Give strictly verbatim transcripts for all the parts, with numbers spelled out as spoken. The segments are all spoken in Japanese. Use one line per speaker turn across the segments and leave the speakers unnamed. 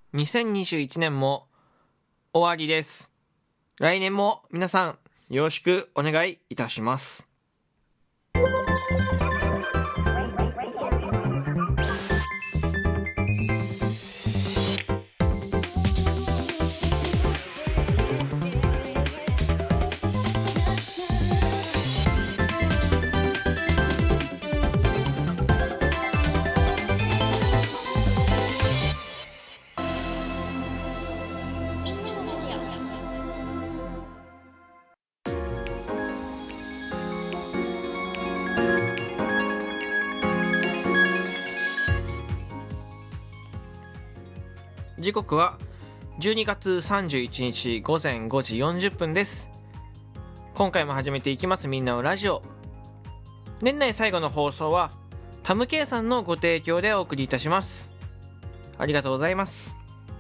にせんにじゅういちねんも終わりです。来年も皆さんよろしくお願いいたします。時刻はじゅうにがつさんじゅういちにちごぜんごじよんじゅっぷんです。今回も始めていきますみんなのラジオ。年内最後の放送はタムケイさんのご提供でお送りいたします。ありがとうございます。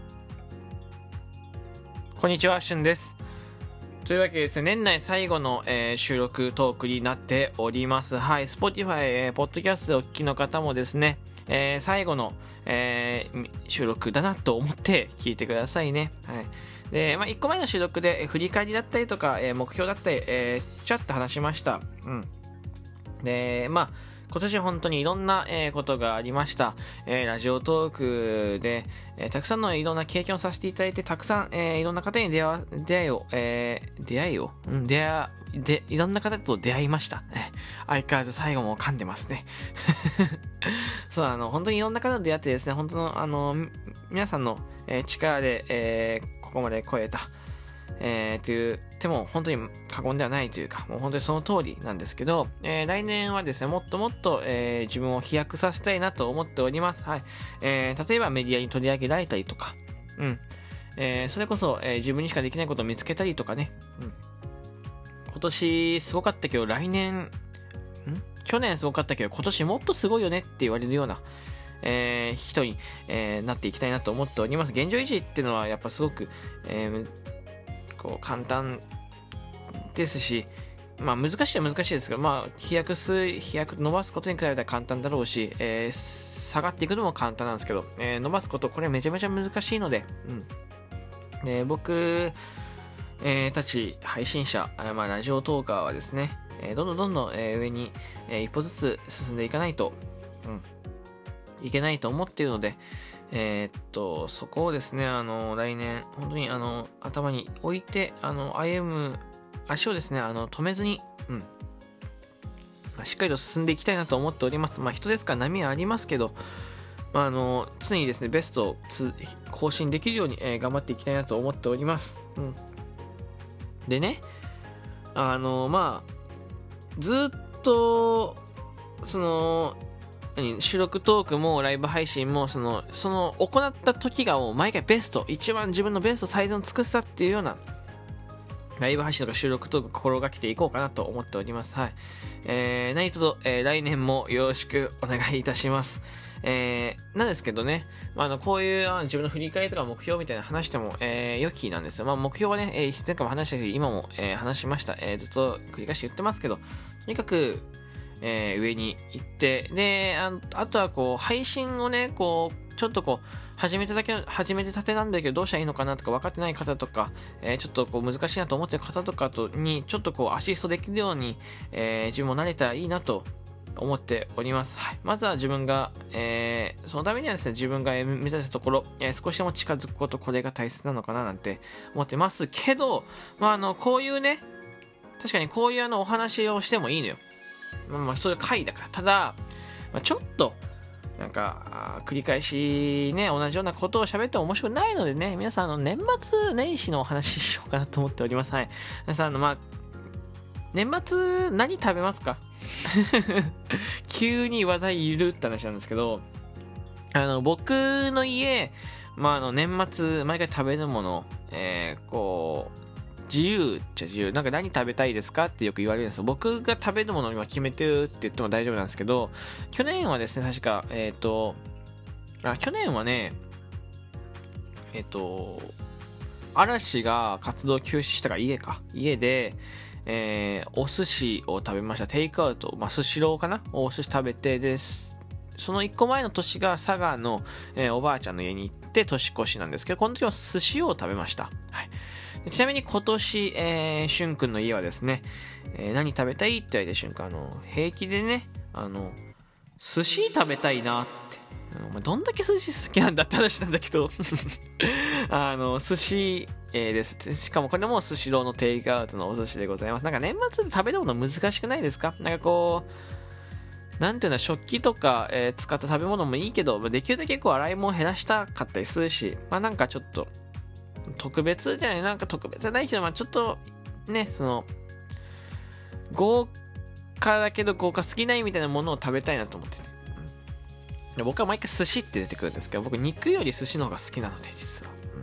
こんにちは、しゅんです。というわけでですね、年内最後の、えー、収録トークになっております。はい、Spotify、えー、ポッドキャストでお聞きの方もですね、えー、最後の、えー、収録だなと思って聞いてくださいね。はい。で、まあ、いっこまえの収録で、えー、振り返りだったりとか、えー、目標だったり、えー、ちょっと話しました。うん。で、まあ、今年本当にいろんな、えー、ことがありました。えー、ラジオトークで、えー、たくさんのいろんな経験をさせていただいて、たくさん、えー、いろんな方に出会出会いを、えー、出会いを、うん、出会で、いろんな方と出会いました。相変わらず最後も噛んでますね。そう、あの、本当にいろんな方と出会ってですね、本当の、あの、皆さんの、えー、力で、えー、ここまで超えた、えー、と言っても本当に過言ではないというか、もう本当にその通りなんですけど、えー、来年はですね、もっともっと、えー、自分を飛躍させたいなと思っております。はい。えー、例えばメディアに取り上げられたりとか、うん。えー、それこそ、えー、自分にしかできないことを見つけたりとかね、うん。今年すごかったけど来年ん去年すごかったけど今年もっとすごいよねって言われるような、えー、人に、えー、なっていきたいなと思っております。現状維持っていうのはやっぱすごく、えー、こう簡単ですし、まあ難しいは難しいですが、まあ飛躍す飛躍伸ばすことに比べたら簡単だろうし、えー、下がっていくのも簡単なんですけど、えー、伸ばすことこれめちゃめちゃ難しいので、うん。で僕えー、たち配信者、まあ、ラジオトーカーはですね、えー、どんどんどんどん、えー、上に、えー、一歩ずつ進んでいかないと、うん、いけないと思っているので、えー、っとそこをですね、あの来年本当にあの頭に置いて、あの歩む足をですね、あの止めずに、うんまあ、しっかりと進んでいきたいなと思っております。まあ人ですから波はありますけど、まあ、あの常にですねベストをつ更新できるように、えー、頑張っていきたいなと思っております。うんでね、あのまあずっとその何収録トークもライブ配信もそのその行った時がもう毎回ベスト一番自分のベスト最善を尽くしたっていうようなライブ配信とか収録トーク心がけていこうかなと思っております。はい。えー、何卒、えー、来年もよろしくお願いいたします。えー、なんですけどね、まあ、あのこういうあ自分の振り返りとか目標みたいな話しても、えー、良きなんですよ。まあ、目標はね、えー、前回も話したし、今も、えー、話しました。えー、ずっと繰り返し言ってますけど、とにかく、えー、上に行って、で、あ、あとはこう、配信をね、こう、ちょっとこう、始めただけ、始めてたてなんだけど、どうしたらいいのかなとか分かってない方とか、えー、ちょっとこう、難しいなと思ってる方とかとに、ちょっとこう、アシストできるように、えー、自分も慣れたらいいなと、思っております。はい、まずは自分が、えー、そのためにはですね、自分が目指したところ、えー、少しでも近づくこと、これが大切なのかななんて思ってますけど、まあ、あの、こういうね、確かにこういうあのお話をしてもいいのよ。まあ、まあ、そういう回だから。ただ、まあ、ちょっと、なんか、繰り返しね、同じようなことを喋っても面白くないのでね、皆さん、あの、年末年始のお話ししようかなと思っております。はい。皆さん、あの、まあ、年末何食べますか？急に話題いるって話なんですけど、あの僕の家、まあ、あの年末毎回食べるもの、えー、こう自由っちゃ自由、なんか何食べたいですかってよく言われるんですよ。僕が食べるものを今決めてるって言っても大丈夫なんですけど、去年はですね、確かえっ、ー、とあ去年はねえっ、ー、と嵐が活動休止したから家か家でえー、お寿司を食べました。テイクアウト、まあ、スシローかなお寿司食べてです。 そのいっこまえの年が佐賀の、えー、おばあちゃんの家に行って年越しなんですけど、この時は寿司を食べました。はい、ちなみに今年、えー、しゅんくんの家はですね、えー、何食べたいって言われた瞬間、あの平気でね、あの寿司食べたいなって、お前どんだけ寿司好きなんだって話なんだけどあの寿司、えー、です。しかもこれもスシローのテイクアウトのお寿司でございます。なんか年末で食べるもの難しくないですか？なんかこう、なんていうの、食器とか、えー、使った食べ物もいいけど、できるだけこう洗い物減らしたかったりするし、まあなんかちょっと特別じゃない、なんか特別じゃないけど、まあちょっとね、その豪華だけど豪華すぎないみたいなものを食べたいなと思って、うん、僕は毎回寿司って出てくるんですけど、僕肉より寿司の方が好きなので、実は、うん、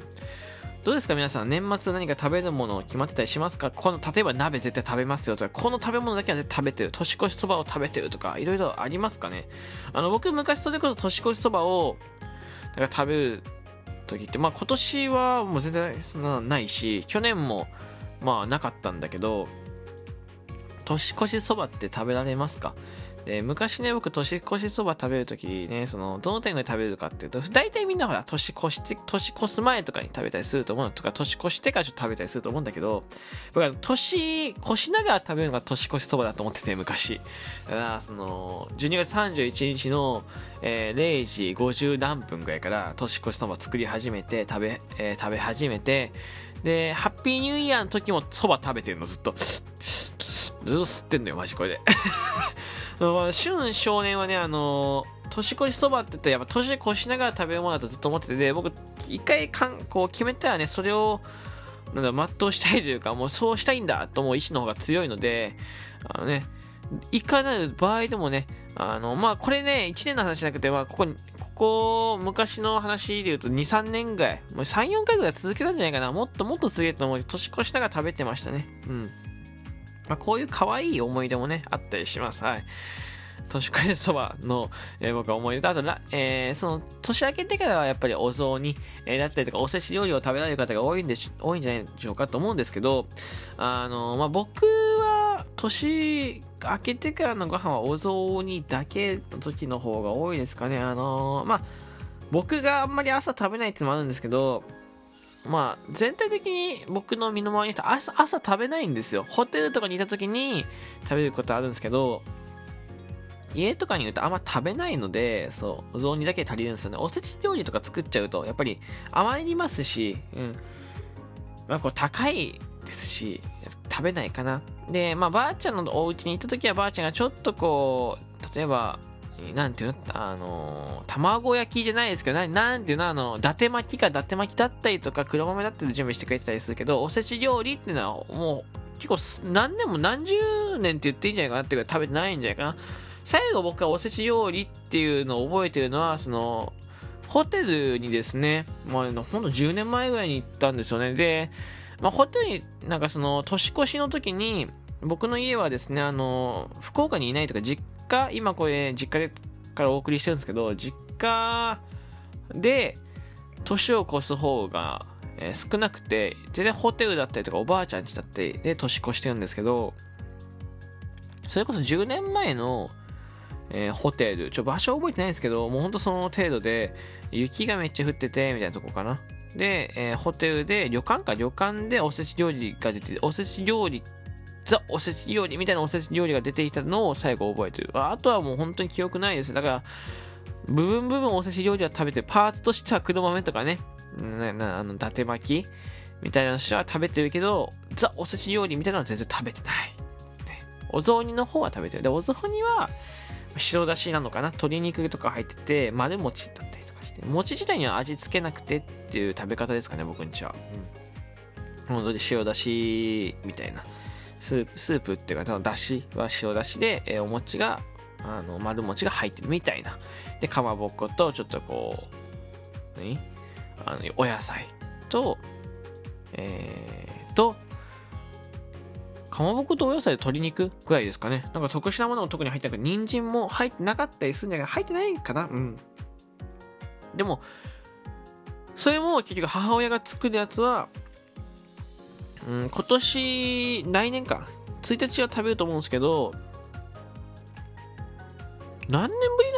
どうですか皆さん、年末何か食べるもの決まってたりしますか？この例えば鍋絶対食べますよとか、この食べ物だけは絶対食べてる、年越しそばを食べてるとか、いろいろありますかね。あの僕昔それこそ年越しそばをなんか食べる時って、まあ今年はもう全然そんなないし、去年もまあなかったんだけど、年越しそばって食べられますか？で、昔ね、僕年越しそば食べるときね、そのどのタイミングで食べるかっていうと、大体みんなほら年越して年越す前とかに食べたりすると思うのとか、年越してからちょっと食べたりすると思うんだけど、僕は年越しながら食べるのが年越しそばだと思ってて、昔だからそのじゅうにがつさんじゅういちにちの、えー、れいじごじゅうなんぷんぐらいから年越しそば作り始めて食べ、えー、食べ始めて、でハッピーニューイヤーの時もそば食べてるの、ずっとずっと吸ってんのよ、マジこれで俊少年はね、あのー、年越しそばって言ったらやっぱ年越しながら食べるものだとずっと思ってて、で僕一回かんこう決めたらね、それをなんだ全うしたいというか、もうそうしたいんだと思う意志の方が強いので、あのね、いかなる場合でもね、あのまあこれねいちねんの話じゃなくて、まあここここ昔の話で言うと にさんねんぐらい、もうさんよんかいぐらい続けたんじゃないかな、もっともっと続けたと思う。年越しながら食べてましたね。うん。まあ、こういう可愛い思い出もねあったりします。はい。年越しそばの、えー、僕は思い出と、あとら、えー、その年明けてからはやっぱりお雑煮、えー、だったりとかおせち料理を食べられる方が多いんでし多いんじゃないでしょうかと思うんですけど、あのまあ、僕は年明けてからのご飯はお雑煮だけの時の方が多いですかね。あのまあ僕があんまり朝食べないってのもあるんですけど、まあ全体的に僕の身の回りの人 朝, 朝食べないんですよ。ホテルとかにいた時に食べることあるんですけど、家とかにいるとあんま食べないので、そうお雑煮だけ足りるんですよね。おせち料理とか作っちゃうとやっぱり余りますし、うんまあこれ高いですし食べないかな。でまあばあちゃんのお家に行った時はばあちゃんがちょっとこう例えばなんていうの、あの卵焼きじゃないですけど、ななんていうの、あの伊達巻きか伊達巻きだったりとか黒豆だったり準備してくれてたりするけど、おせち料理っていうのはもう結構何年も何十年って言っていいんじゃないかなっていうか食べてないんじゃないかな。最後僕がおせち料理っていうのを覚えてるのは、そのホテルにですね、まあほんとじゅうねんまえぐらいに行ったんですよね。で、まあ、ホテルになんかその年越しの時に僕の家はですね、あの福岡にいないとか実家、今これ実家からお送りしてるんですけど、実家で年を越す方が、えー、少なくて、全然ホテルだったりとかおばあちゃん家だったりで年越してるんですけど、それこそじゅうねんまえの、えー、ホテル、ちょ場所覚えてないんですけど、もうほんとその程度で雪がめっちゃ降っててみたいなとこかな。で、えー、ホテルで旅館か旅館でおせち料理が出て、おせち料理ザおせち料理みたいなおせち料理が出ていたのを最後覚えてる。あとはもう本当に記憶ないです。だから部分部分おせち料理は食べて、パーツとしては黒豆とかね、ななあの伊達巻きみたいなのは食べてるけど、ザおせち料理みたいなのは全然食べてない、ね、お雑煮の方は食べてる。でお雑煮は白だしなのかな、鶏肉とか入ってて丸餅だったりとかして、餅自体には味付けなくてっていう食べ方ですかね、僕んちは。うん、本当に白だしみたいなスープ、スープっていうか、だしは塩だしで、えー、お餅が、あの、丸餅が入ってるみたいな。で、かまぼこと、ちょっとこう、何あの、お野菜と、えーと、かまぼことお野菜と鶏肉ぐらいですかね。なんか特殊なものも特に入ってなくて、人参も入ってなかったりするんじゃないか、入ってないかな。うん。でも、それも結局母親が作るやつは、うん、今年来年かついたちは食べると思うんですけど、何年ぶりな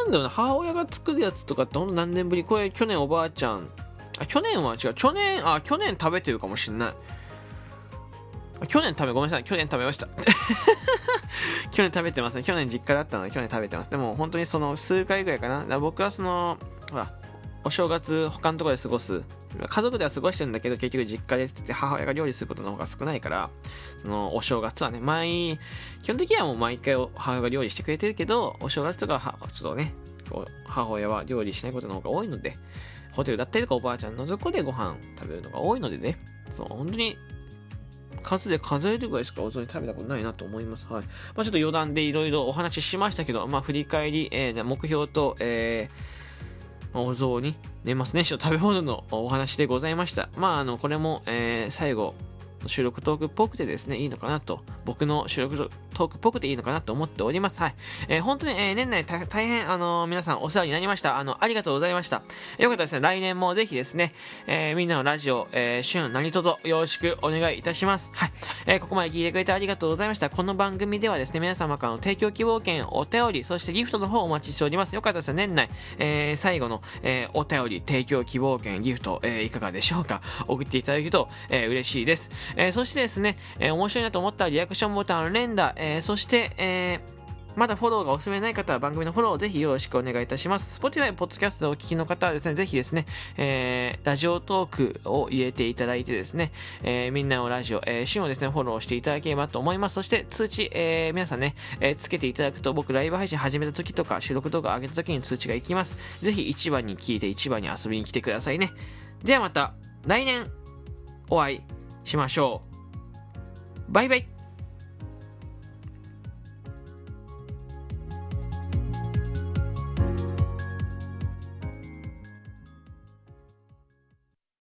なんだろうな、母親が作るやつとかってほんと何年ぶり。これ去年おばあちゃん、あ、去年は違う、去年、あ、去年食べてるかもしんない。去年食べ、ごめんなさい、去年食べました。去年食べてますね。去年実家だったので去年食べてます。でも本当にその数回ぐらいかな。だから僕はその、ほら、お正月他のところで過ごす。家族では過ごしてるんだけど、結局実家ですって母親が料理することの方が少ないから、そのお正月はね、毎、基本的にはもう毎回母親が料理してくれてるけど、お正月とかはちょっとね、こう母親は料理しないことの方が多いので、ホテルだったりとかおばあちゃんのとこでご飯食べるのが多いのでね、そう、本当に、数で数えるぐらいしかお雑煮食べたことないなと思います。はい。まあちょっと余談でいろいろお話ししましたけど、まあ振り返り、えー、目標と、えー、お雑煮、年末年始の食べ物のお話でございました。まああの、これも、えー、最後、収録トークっぽくてですね、いいのかなと、僕の収録トークっぽくていいのかなと思っております。はい。えー、本当に、えー、年内大変、あのー、皆さんお世話になりました。あの、ありがとうございました。よかったですね。来年もぜひですね、えー、みんなのラジオ、えー、旬何とぞよろしくお願いいたします。はい。えー、ここまで聞いてくれてありがとうございました。この番組ではですね、皆様からの提供希望券、お便り、そしてギフトの方をお待ちしております。よかったですね。年内、えー、最後の、えー、お便り、提供希望券、ギフト、えー、いかがでしょうか。送っていただけると、えー、嬉しいです。えー、そしてですね、えー、面白いなと思ったらリアクションボタン連打、えー、そして、えーまだフォローがおすすめない方は番組のフォローをぜひよろしくお願いいたします。Spotify、ポッドキャストでお聞きの方はですね、ぜひですね、えー、ラジオトークを入れていただいてですね、えー、みんなのラジオ、えー、旬をですね、フォローしていただければと思います。そして通知、えー、皆さんね、えー、つけていただくと僕ライブ配信始めた時とか収録動画上げた時に通知が行きます。ぜひ一番に聞いて一番に遊びに来てくださいね。ではまた来年お会いしましょう。バイバイ。